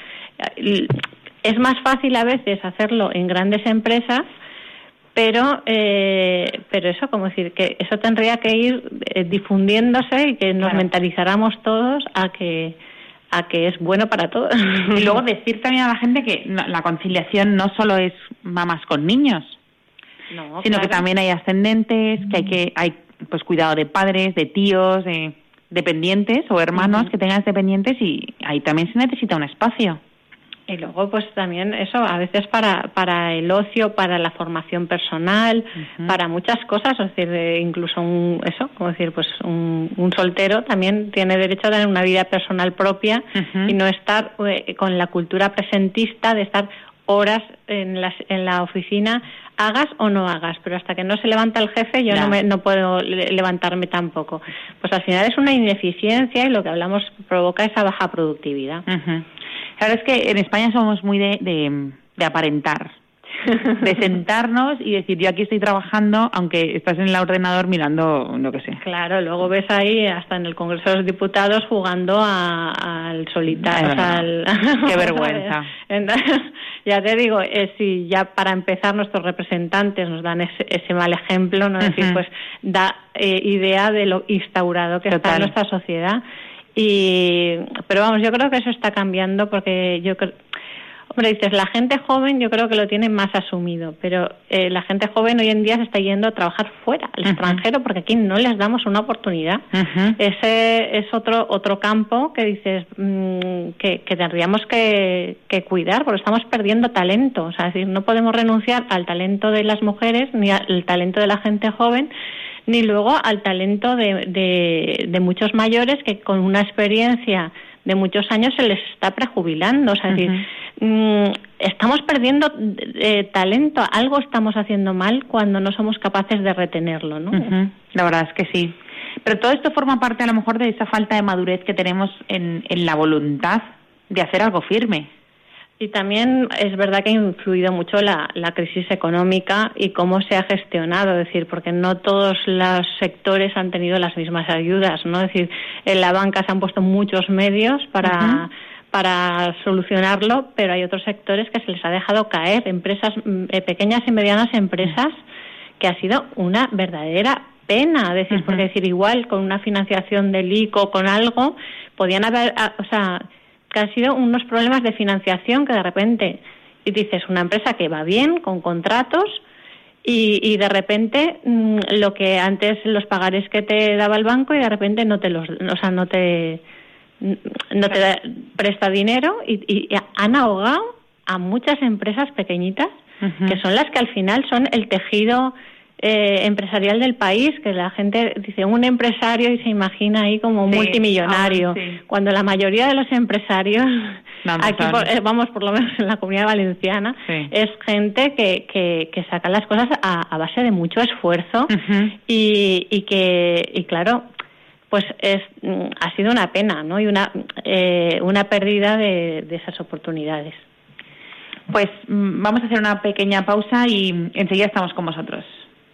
Es más fácil a veces hacerlo en grandes empresas, pero eh, pero eso, como decir, que eso tendría que ir eh, difundiéndose y que nos claro. mentalizáramos todos a que a que es bueno para todos. Y luego decir también a la gente que no, la conciliación no solo es mamás con niños, no, sino claro. que también hay ascendentes, que hay que hay pues cuidado de padres, de tíos, de dependientes o hermanos uh-huh. que tengan dependientes, y ahí también se necesita un espacio. Y luego, pues también eso, a veces para para el ocio, para la formación personal, uh-huh. para muchas cosas, es decir, incluso un, eso, como decir, pues un, un soltero también tiene derecho a tener una vida personal propia uh-huh. y no estar eh, con la cultura presentista de estar horas en la, en la oficina, hagas o no hagas, pero hasta que no se levanta el jefe yo no, no, me, no puedo levantarme tampoco. Pues al final es una ineficiencia y lo que hablamos provoca esa baja productividad. Uh-huh. La verdad es que en España somos muy de, de, de aparentar, de sentarnos y decir, yo aquí estoy trabajando, aunque estás en el ordenador mirando lo que sé. Claro, luego ves ahí hasta en el Congreso de los Diputados jugando a, al solitario. Al... Qué vergüenza. Entonces, ya te digo, eh, si ya para empezar nuestros representantes nos dan ese, ese mal ejemplo, no uh-huh. decir, pues da eh, idea de lo instaurado que Total. Está en nuestra sociedad. Y pero vamos, yo creo que eso está cambiando porque yo creo, hombre, dices, la gente joven yo creo que lo tiene más asumido, pero eh, la gente joven hoy en día se está yendo a trabajar fuera, al uh-huh. extranjero, porque aquí no les damos una oportunidad. Uh-huh. Ese es otro otro campo que dices mmm, que, que tendríamos que, que cuidar, porque estamos perdiendo talento. O sea, es decir, no podemos renunciar al talento de las mujeres ni al talento de la gente joven, ni luego al talento de, de, de muchos mayores que con una experiencia de muchos años se les está prejubilando. O sea, uh-huh. es decir, mmm, estamos perdiendo eh, talento, algo estamos haciendo mal cuando no somos capaces de retenerlo, ¿no? Uh-huh. La verdad es que sí. Pero todo esto forma parte a lo mejor de esa falta de madurez que tenemos en, en la voluntad de hacer algo firme. Y también es verdad que ha influido mucho la, la crisis económica y cómo se ha gestionado, es decir, porque no todos los sectores han tenido las mismas ayudas, ¿no? Es decir, en la banca se han puesto muchos medios para, uh-huh. para solucionarlo, pero hay otros sectores que se les ha dejado caer, empresas, eh, pequeñas y medianas empresas, que ha sido una verdadera pena, es decir, uh-huh. porque decir, igual con una financiación del I C O, con algo, podían haber, o sea, que han sido unos problemas de financiación que de repente, y dices, una empresa que va bien, con contratos, y, y de repente mmm, lo que antes los pagares que te daba el banco y de repente no te los, o sea, no te no te da, presta dinero y, y han ahogado a muchas empresas pequeñitas uh-huh. que son las que al final son el tejido Eh, empresarial del país, que la gente dice un empresario y se imagina ahí como un sí, multimillonario, ah, sí. cuando la mayoría de los empresarios aquí, por, eh, vamos, por lo menos en la Comunidad Valenciana, sí. es gente que, que, que saca las cosas a, a base de mucho esfuerzo uh-huh. y, y que, y claro, pues es ha sido una pena, ¿no? Y una, eh, una pérdida de, de esas oportunidades. Pues vamos a hacer una pequeña pausa y enseguida estamos con vosotros.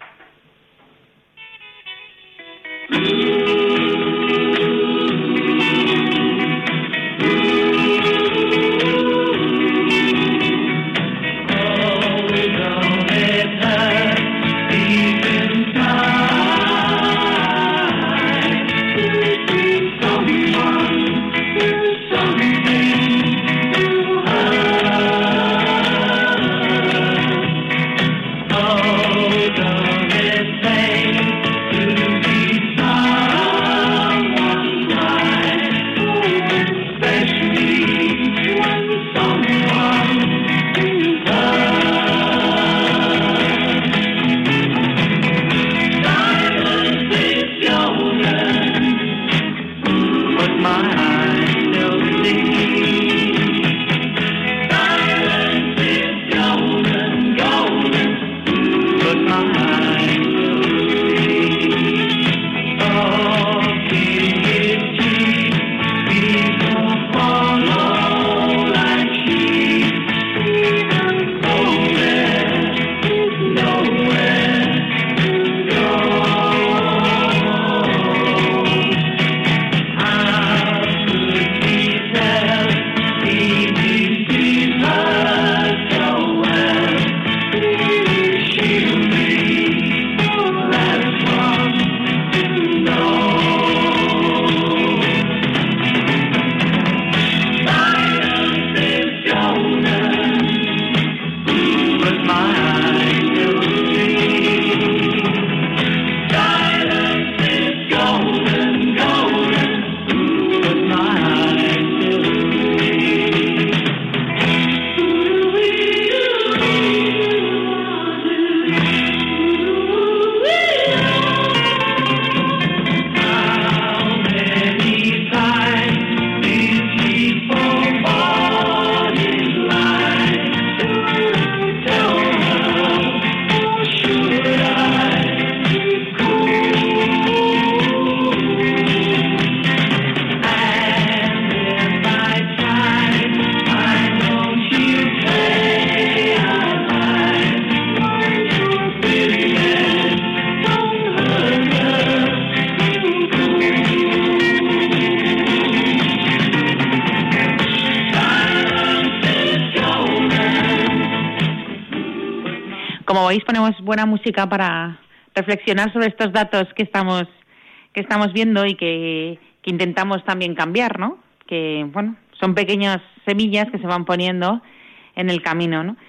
Como veis, ponemos buena música para reflexionar sobre estos datos que estamos que estamos viendo y que, que intentamos también cambiar, ¿no? Que, bueno, son pequeñas semillas que se van poniendo en el camino, ¿no?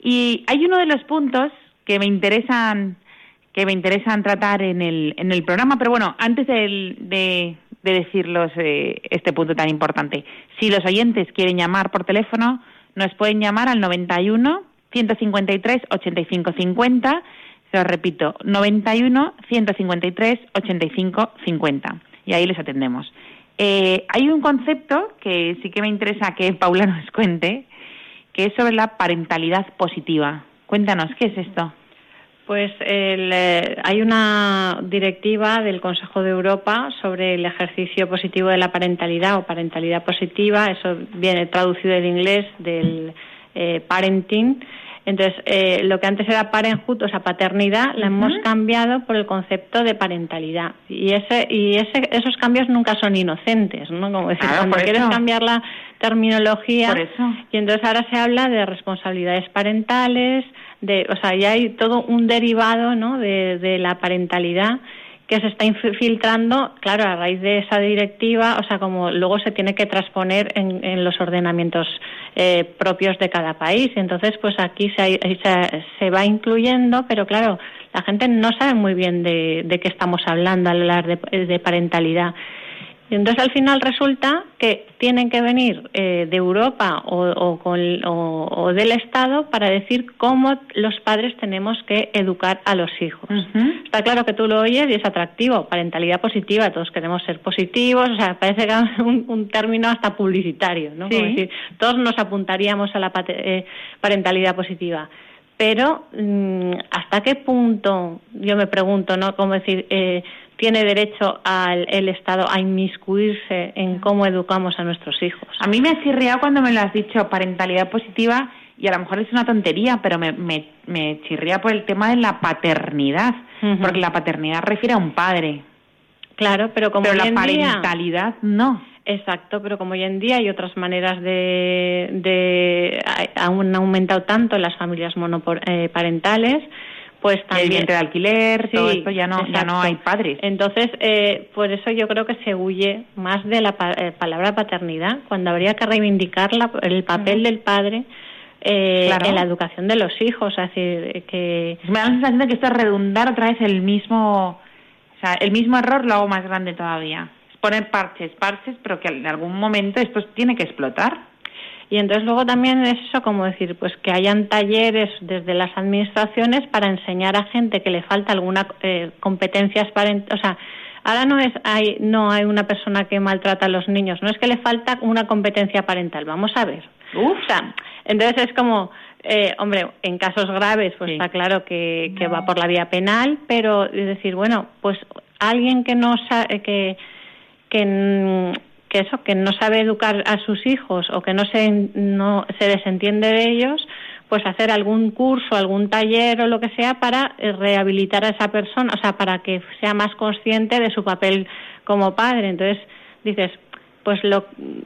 Y hay uno de los puntos que me interesan que me interesan tratar en el en el programa, pero bueno, antes de, de, de decirlos eh, este punto tan importante, si los oyentes quieren llamar por teléfono, nos pueden llamar al noventa y uno, ciento cincuenta y tres, ochenta y cinco cincuenta, se os repito, noventa y uno, ciento cincuenta y tres, ochenta y cinco cincuenta, y ahí les atendemos. Eh, hay un concepto que sí que me interesa que Paula nos cuente, que es sobre la parentalidad positiva. Cuéntanos, ¿qué es esto? Pues el, eh, hay una directiva del Consejo de Europa sobre el ejercicio positivo de la parentalidad o parentalidad positiva. Eso viene traducido del inglés del eh, parenting. Entonces, eh, lo que antes era parenthood, o sea, paternidad, uh-huh. la hemos cambiado por el concepto de parentalidad. Y ese y ese, esos cambios nunca son inocentes, ¿no? Como decir, claro, cuando quieres cambiar la terminología, por eso. Y entonces ahora se habla de responsabilidades parentales, de, o sea, ya hay todo un derivado, ¿no?, de, de la parentalidad que se está infiltrando, claro, a raíz de esa directiva, o sea, como luego se tiene que transponer en, en los ordenamientos eh, propios de cada país. Y entonces, pues aquí se, se, se va incluyendo, pero claro, la gente no sabe muy bien de, de qué estamos hablando al hablar de, de parentalidad. Y entonces al final resulta que tienen que venir eh, de Europa o, o, con, o, o del Estado para decir cómo los padres tenemos que educar a los hijos. Uh-huh. Está claro que tú lo oyes y es atractivo, parentalidad positiva, todos queremos ser positivos, o sea, parece que es un, un término hasta publicitario, ¿no? Sí. Como decir, todos nos apuntaríamos a la eh, parentalidad positiva. Pero mmm, ¿hasta qué punto, yo me pregunto, ¿no? Como decir, eh, tiene derecho al, el Estado a inmiscuirse en cómo educamos a nuestros hijos? A mí me ha chirriado cuando me lo has dicho, parentalidad positiva, y a lo mejor es una tontería, pero me, me, me chirría por el tema de la paternidad, uh-huh. porque la paternidad refiere a un padre. Claro, pero como pero hoy la en parentalidad día, no. Exacto, pero como hoy en día hay otras maneras de... de han aumentado tanto las familias monoparentales, pues también... El vientre de alquiler, sí, todo esto ya no, ya no hay padres. Entonces, eh, por eso yo creo que se huye más de la pa- eh, palabra paternidad, cuando habría que reivindicar la, el papel uh-huh. del padre eh, claro. en la educación de los hijos. Es decir, que... Me da la sensación de que esto es redundar otra vez el mismo... O sea, el mismo error lo hago más grande todavía. Es poner parches, parches, pero que en algún momento esto tiene que explotar. Y entonces luego también es eso, como decir, pues que hayan talleres desde las administraciones para enseñar a gente que le falta alguna eh, competencias parental, o sea, ahora no es hay no hay una persona que maltrata a los niños, no es que le falta una competencia parental, vamos a ver. Uf. O sea, entonces es como eh, hombre, en casos graves pues sí. está claro que, que va por la vía penal, pero es decir, bueno, pues alguien que no sabe que que que eso, que no sabe educar a sus hijos o que no se no se desentiende de ellos, pues hacer algún curso, algún taller o lo que sea para rehabilitar a esa persona, o sea, para que sea más consciente de su papel como padre. Entonces, dices, pues lo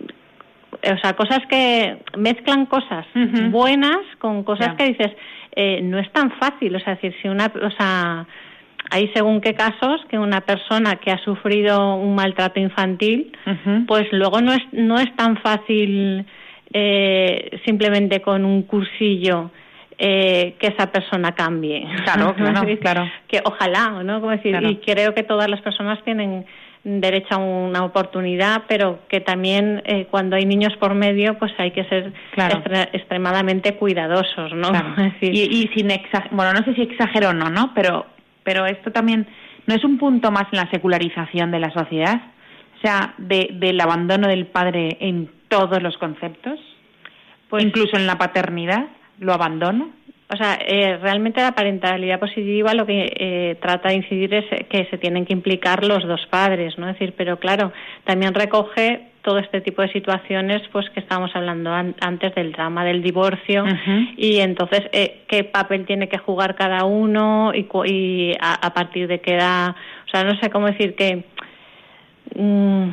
o sea, cosas que mezclan cosas uh-huh. buenas con cosas yeah. que dices, eh, no es tan fácil, o sea, decir, si una, o sea, hay según qué casos que una persona que ha sufrido un maltrato infantil, uh-huh. pues luego no es no es tan fácil eh, simplemente con un cursillo eh, que esa persona cambie. Claro, claro, claro. Que ojalá, ¿no? Como decir, claro. Y creo que todas las personas tienen derecho a una oportunidad, pero que también eh, cuando hay niños por medio, pues hay que ser claro. extre- extremadamente cuidadosos, ¿no? Claro. Es decir, y, y sin exager- bueno, no sé si exagero o no, ¿no? Pero Pero esto también no es un punto más en la secularización de la sociedad, o sea, de, del abandono del padre en todos los conceptos, pues incluso en la paternidad, lo abandono. O sea, eh, realmente la parentalidad positiva lo que eh, trata de incidir es que se tienen que implicar los dos padres, ¿no? Es decir, pero claro, también recoge todo este tipo de situaciones, pues que estábamos hablando an- antes del drama del divorcio uh-huh. y entonces eh, qué papel tiene que jugar cada uno y, cu- y a, a partir de qué edad, o sea, no sé cómo decir que mmm,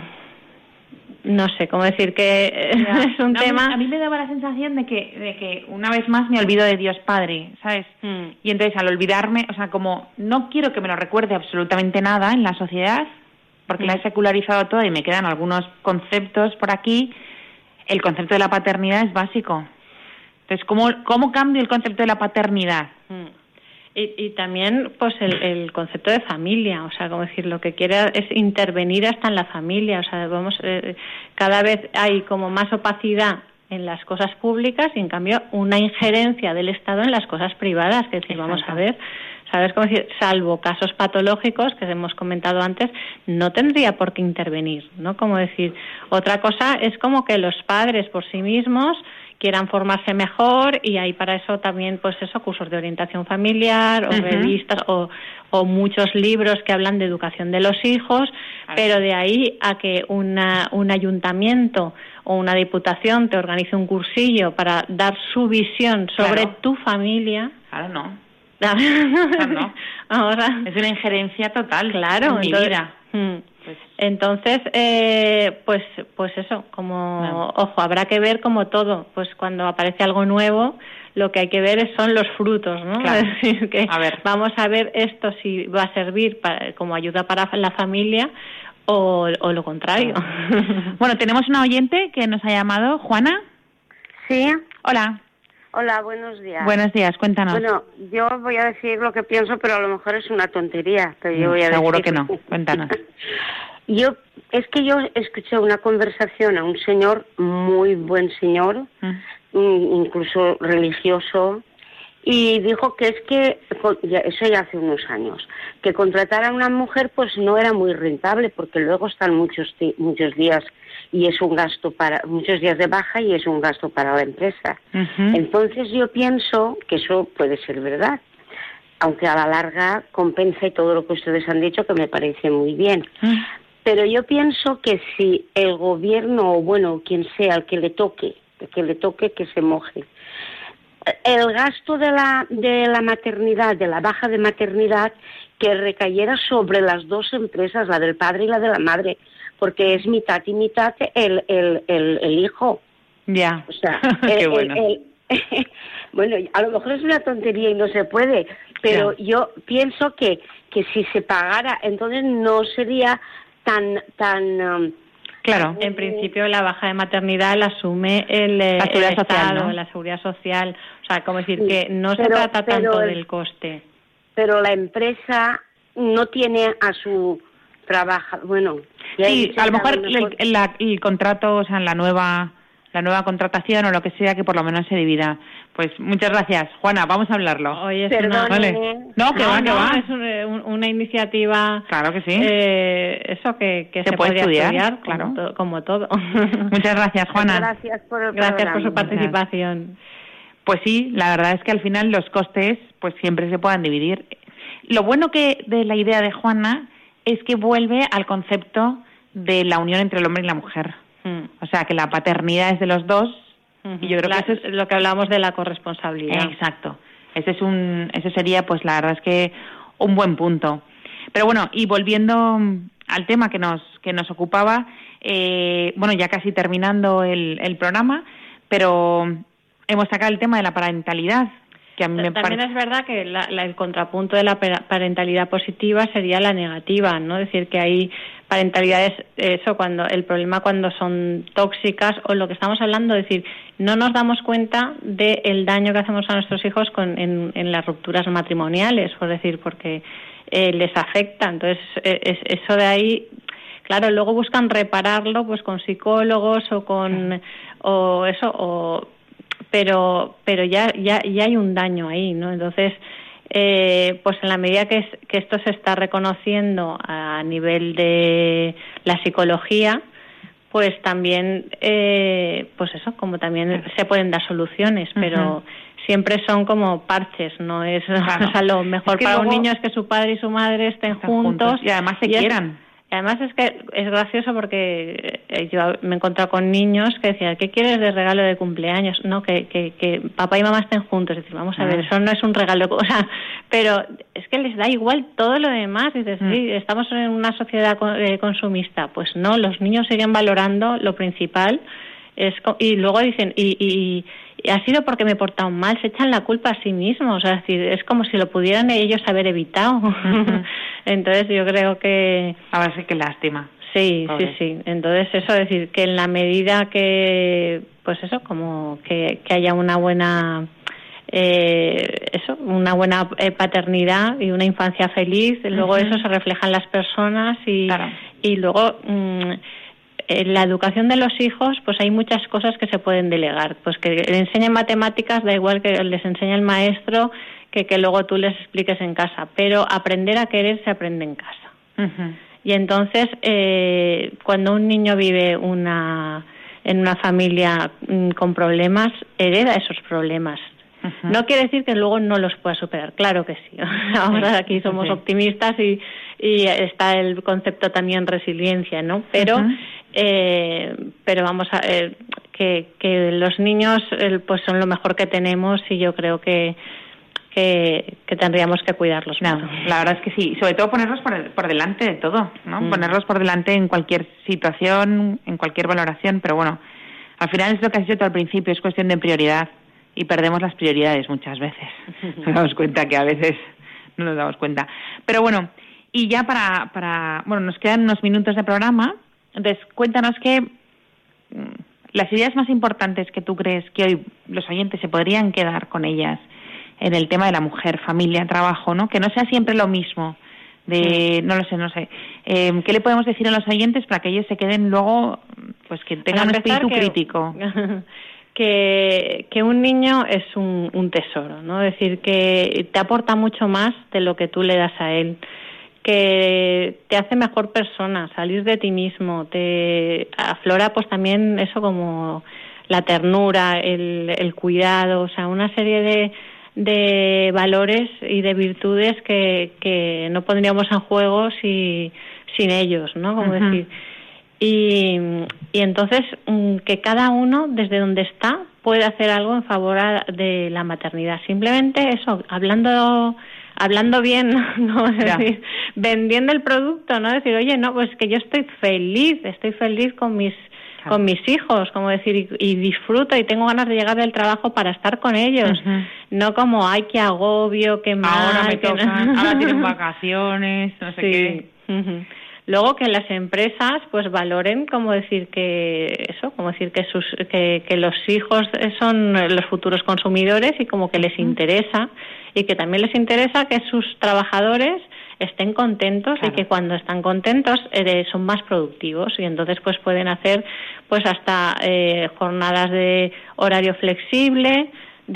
no sé cómo decir que ya. es un no, tema. A mí, a mí me daba la sensación de que de que una vez más me olvido de Dios Padre, ¿sabes? Mm. Y entonces al olvidarme, o sea, como no quiero que me lo recuerde absolutamente nada en la sociedad, porque mm. la he secularizado todo y me quedan algunos conceptos por aquí, el concepto de la paternidad es básico. Entonces, ¿cómo, cómo cambio el concepto de la paternidad? Mm. Y, y también, pues, el, el concepto de familia, o sea, como decir, lo que quiere es intervenir hasta en la familia, o sea, vamos, eh, cada vez hay como más opacidad en las cosas públicas y, en cambio, una injerencia del Estado en las cosas privadas, que decir, vamos a ver, ¿sabes cómo decir? Salvo casos patológicos que hemos comentado antes, no tendría por qué intervenir, ¿no? Como decir, otra cosa es como que los padres por sí mismos quieran formarse mejor y hay para eso también, pues eso, cursos de orientación familiar o uh-huh. revistas o, o muchos libros que hablan de educación de los hijos, claro. pero de ahí a que una, un ayuntamiento o una diputación te organice un cursillo para dar su visión sobre claro. tu familia. Claro, no. Claro, no. Ahora, es una injerencia total claro, en mi entonces, vida. Hmm. Entonces, eh, pues, pues eso, como, no. ojo, habrá que ver como todo, pues cuando aparece algo nuevo, lo que hay que ver son los frutos, ¿no? Claro. Es decir, que a ver. vamos a ver esto si va a servir para, como ayuda para la familia o, o lo contrario. Bueno, tenemos una oyente que nos ha llamado, Juana. Sí. Hola. Hola, buenos días. Buenos días, cuéntanos. Bueno, yo voy a decir lo que pienso, pero a lo mejor es una tontería, pero yo no, voy a seguro decir... que no, cuéntanos. Yo es que yo escuché una conversación a un señor, muy buen señor, mm. incluso religioso, y dijo que es que, eso ya hace unos años, que contratar a una mujer pues no era muy rentable, porque luego están muchos muchos días y es un gasto para, muchos días de baja y es un gasto para la empresa. Uh-huh. Entonces yo pienso que eso puede ser verdad, aunque a la larga compense todo lo que ustedes han dicho, que me parece muy bien. Uh-huh. Pero yo pienso que si el gobierno, o bueno, quien sea, el que le toque, el que le toque que se moje, el gasto de la, de la maternidad, de la baja de maternidad, que recayera sobre las dos empresas, la del padre y la de la madre, porque es mitad y mitad el, el, el, el hijo. Ya, o sea, qué el, bueno. El, el, bueno, a lo mejor es una tontería y no se puede, pero ya. Yo pienso que, que si se pagara, entonces no sería tan... tan um, Claro, en principio la baja de maternidad la asume el, la el social, Estado, ¿no? la seguridad social, o sea, como decir sí, que no pero, se trata tanto el, del coste. Pero la empresa no tiene a su trabajador, bueno... Sí, a lo mejor el, el, el, el contrato, o sea, la nueva... la nueva contratación o lo que sea, que por lo menos se divida. Pues muchas gracias, Juana, vamos a hablarlo. Oye, es una... vale. No, que no, va, que no, va. Es un, una iniciativa... Claro que sí. Eh, eso que, que se, se puede podría estudiar, estudiar claro. como, to, como todo. Muchas gracias, Juana. Gracias por el Gracias programa. por su participación. Pues sí, la verdad es que al final los costes pues siempre se puedan dividir. Lo bueno que de la idea de Juana es que vuelve al concepto de la unión entre el hombre y la mujer. O sea, que la paternidad es de los dos, uh-huh. y yo creo la, que eso es lo que hablamos de la corresponsabilidad. Exacto. Ese es un, ese sería, pues la verdad es que un buen punto. Pero bueno, y volviendo al tema que nos que nos ocupaba, eh, bueno, ya casi terminando el, el programa, pero hemos sacado el tema de la parentalidad. Que a mí me También parece... es verdad que la, la, el contrapunto de la parentalidad positiva sería la negativa, ¿no? Es decir, que hay parentalidades, eso, cuando el problema cuando son tóxicas o lo que estamos hablando, es decir, no nos damos cuenta del daño que hacemos a nuestros hijos con, en, en las rupturas matrimoniales, por decir, porque eh, les afecta. Entonces, eh, es, eso de ahí, claro, luego buscan repararlo pues con psicólogos o con, o eso, o... pero pero ya ya ya hay un daño ahí, ¿no? Entonces, eh, pues en la medida que, es, que esto se está reconociendo a nivel de la psicología, pues también, eh, pues eso, como también se pueden dar soluciones, pero uh-huh. siempre son como parches, no es, claro. O sea, lo mejor es que para luego... un niño es que su padre y su madre estén, estén juntos, juntos y además se y quieran. Es, Y además es que es gracioso porque yo me he encontrado con niños que decían, ¿qué quieres de regalo de cumpleaños? No, que, que, que papá y mamá estén juntos. Es decir, vamos a ver, eso no es un regalo. O sea, pero es que les da igual todo lo demás. Dices, mm. sí, estamos en una sociedad consumista. Pues no, los niños siguen valorando lo principal. Es, y luego dicen, y, y, y ha sido porque me he portado mal, se echan la culpa a sí mismos, o sea, es decir, es como si lo pudieran ellos haber evitado. Uh-huh. Entonces yo creo que... Ahora sí que lástima. Sí, Pobre. sí, sí. Entonces eso, es decir, que en la medida que, pues eso, como que, que haya una buena... Eh, eso, una buena eh, paternidad y una infancia feliz, luego uh-huh. eso se refleja en las personas y, claro. y luego... Mmm, en la educación de los hijos, pues hay muchas cosas que se pueden delegar. Pues que le enseñen matemáticas, da igual que les enseñe el maestro, que que luego tú les expliques en casa. Pero aprender a querer se aprende en casa. Uh-huh. Y entonces, eh, cuando un niño vive una en una familia mm, con problemas, hereda esos problemas. Uh-huh. No quiere decir que luego no los pueda superar, claro que sí. Ahora aquí somos sí. optimistas y, y está el concepto también resiliencia, ¿no? Pero uh-huh. eh, pero vamos a eh, que, que los niños eh, pues son lo mejor que tenemos y yo creo que que, que tendríamos que cuidarlos. No, la verdad es que sí, sobre todo ponerlos por, el, por delante de todo, ¿no? Uh-huh. Ponerlos por delante en cualquier situación, en cualquier valoración, pero bueno, al final es lo que has dicho tú al principio, es cuestión de prioridad. Y perdemos las prioridades muchas veces. Nos damos cuenta que a veces no nos damos cuenta. Pero bueno, y ya para, para... Bueno, nos quedan unos minutos de programa. Entonces, cuéntanos que las ideas más importantes que tú crees que hoy los oyentes se podrían quedar con ellas en el tema de la mujer, familia, trabajo, ¿no? Que no sea siempre lo mismo de, no lo sé, no sé. Eh, ¿Qué le podemos decir a los oyentes para que ellos se queden luego, pues que tengan un espíritu que, crítico? Que, que un niño es un, un tesoro, ¿no? Es decir, que te aporta mucho más de lo que tú le das a él, que te hace mejor persona, salir de ti mismo, te aflora pues también eso como la ternura, el, el cuidado, o sea, una serie de, de valores y de virtudes que, que no pondríamos en juego si, sin ellos, ¿no? Como uh-huh. decir. Y, y entonces que cada uno desde donde está puede hacer algo en favor de la maternidad. Simplemente eso, hablando hablando bien, ¿no? Es decir, vendiendo el producto, ¿no? Decir, oye, no, pues que yo estoy feliz, estoy feliz con mis claro. con mis hijos, como decir, y, y disfruto y tengo ganas de llegar del trabajo para estar con ellos. Uh-huh. No como, ay, qué agobio, qué mal. Ahora me tocan, no. ahora tienen vacaciones, no sé sí. qué. Uh-huh. Luego que las empresas pues valoren, como decir que eso, como decir que sus que, que los hijos son los futuros consumidores y como que les interesa y que también les interesa que sus trabajadores estén contentos claro. y que cuando están contentos eh, son más productivos y entonces pues pueden hacer pues hasta eh, jornadas de horario flexible.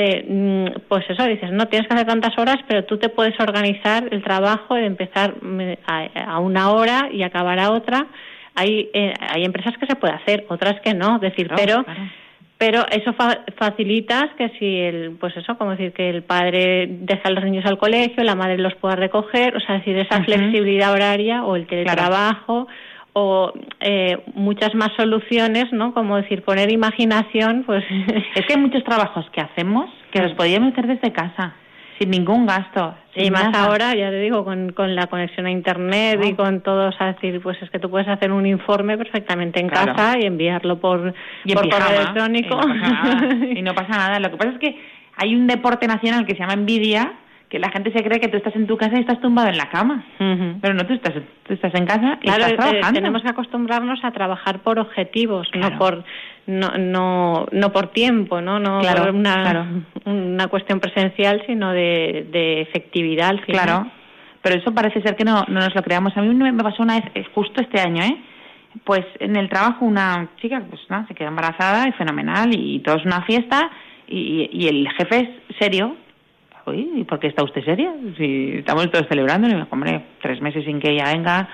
De pues eso, dices, no tienes que hacer tantas horas, pero tú te puedes organizar el trabajo de empezar a, a una hora y acabar a otra. Hay eh, hay empresas que se puede hacer, otras que no, decir, claro, pero claro. pero eso fa- facilitas que si el pues eso, como decir que el padre deja a los niños al colegio, la madre los pueda recoger, o sea, decir esa uh-huh. flexibilidad horaria o el teletrabajo. Claro. O eh, muchas más soluciones, ¿no? Como decir, poner imaginación, pues... Es que hay muchos trabajos que hacemos que los podíamos hacer desde casa, sin ningún gasto. Sin y más nada. Ahora, ya te digo, con, con la conexión a Internet oh. y con todo, o sea, decir, pues es que tú puedes hacer un informe perfectamente en claro. casa y enviarlo por, y por pijama, correo electrónico. Y no pasa nada. y no pasa nada. Lo que pasa es que hay un deporte nacional que se llama envidia, que la gente se cree que tú estás en tu casa y estás tumbado en la cama. Uh-huh. Pero no, tú estás, tú estás en casa y claro, estás trabajando. Eh, tenemos que acostumbrarnos a trabajar por objetivos, claro. no por no no no por tiempo, no no claro, por una claro. una cuestión presencial, sino de, de efectividad al final. Claro, pero eso parece ser que no, no nos lo creamos. A mí me pasó una vez, justo este año, ¿eh? Pues en el trabajo una chica pues no, se queda embarazada y fenomenal y todo es una fiesta y, y el jefe es serio. Uy, ¿y por qué está usted seria? Si estamos todos celebrando, y me dijo, hombre, tres meses sin que ella venga,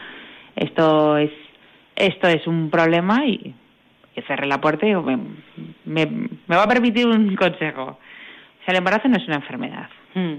esto es esto es un problema y, y cerré la puerta y digo, me, me, me va a permitir un consejo. O sea, el embarazo no es una enfermedad. Hmm.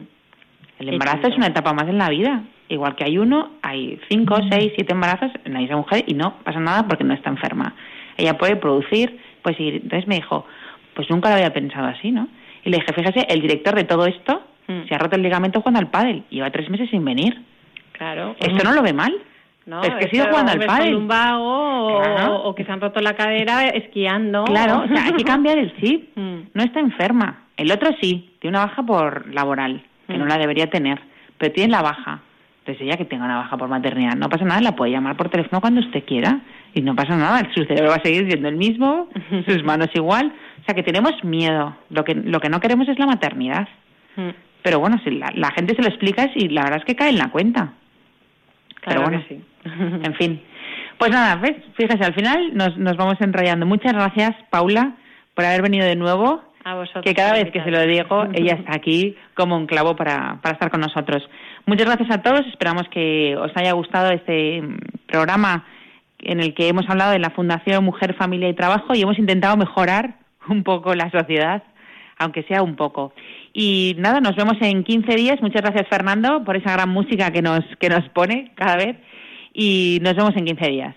El embarazo es una etapa más en la vida. Igual que hay uno, hay cinco, hmm. seis, siete embarazos en la misma mujer y no pasa nada porque no está enferma. Ella puede producir, pues sí. Entonces me dijo, pues nunca lo había pensado así, ¿no? Y le dije, fíjese, el director de todo esto se ha roto el ligamento jugando al pádel. Lleva tres meses sin venir. Claro. ¿Esto no lo ve mal? No, es que ha sido jugando al pádel. Un vago claro. o, o que se han roto la cadera esquiando. Claro, o sea, hay que cambiar el chip. No está enferma. El otro sí, tiene una baja por laboral, que mm. no la debería tener, pero tiene la baja. Entonces ella que tenga una baja por maternidad, no pasa nada, la puede llamar por teléfono cuando usted quiera y no pasa nada. Su cerebro va a seguir siendo el mismo, sus manos igual. O sea, que tenemos miedo. Lo que lo que no queremos es la maternidad. Mm. Pero bueno, si la, la gente se lo explica y la verdad es que cae en la cuenta. Claro. Pero bueno, que sí. En fin. Pues nada, ¿ves? Fíjese, al final nos, nos vamos enrollando. Muchas gracias, Paula, por haber venido de nuevo. A vosotros. Que cada vez que se lo digo, ella está aquí como un clavo para, para estar con nosotros. Muchas gracias a todos. Esperamos que os haya gustado este programa en el que hemos hablado de la Fundación Mujer, Familia y Trabajo y hemos intentado mejorar un poco la sociedad, aunque sea un poco. Y nada, nos vemos en quince días. Muchas gracias, Fernando, por esa gran música que nos que nos pone cada vez. Y nos vemos en quince días.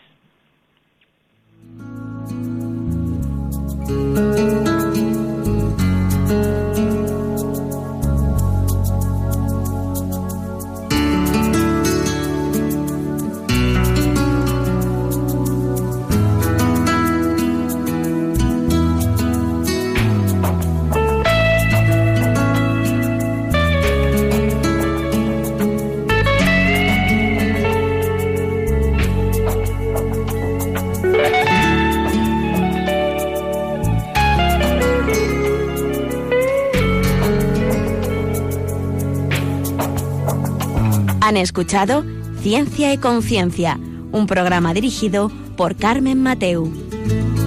Han escuchado Ciencia y Conciencia, un programa dirigido por Carmen Mateu.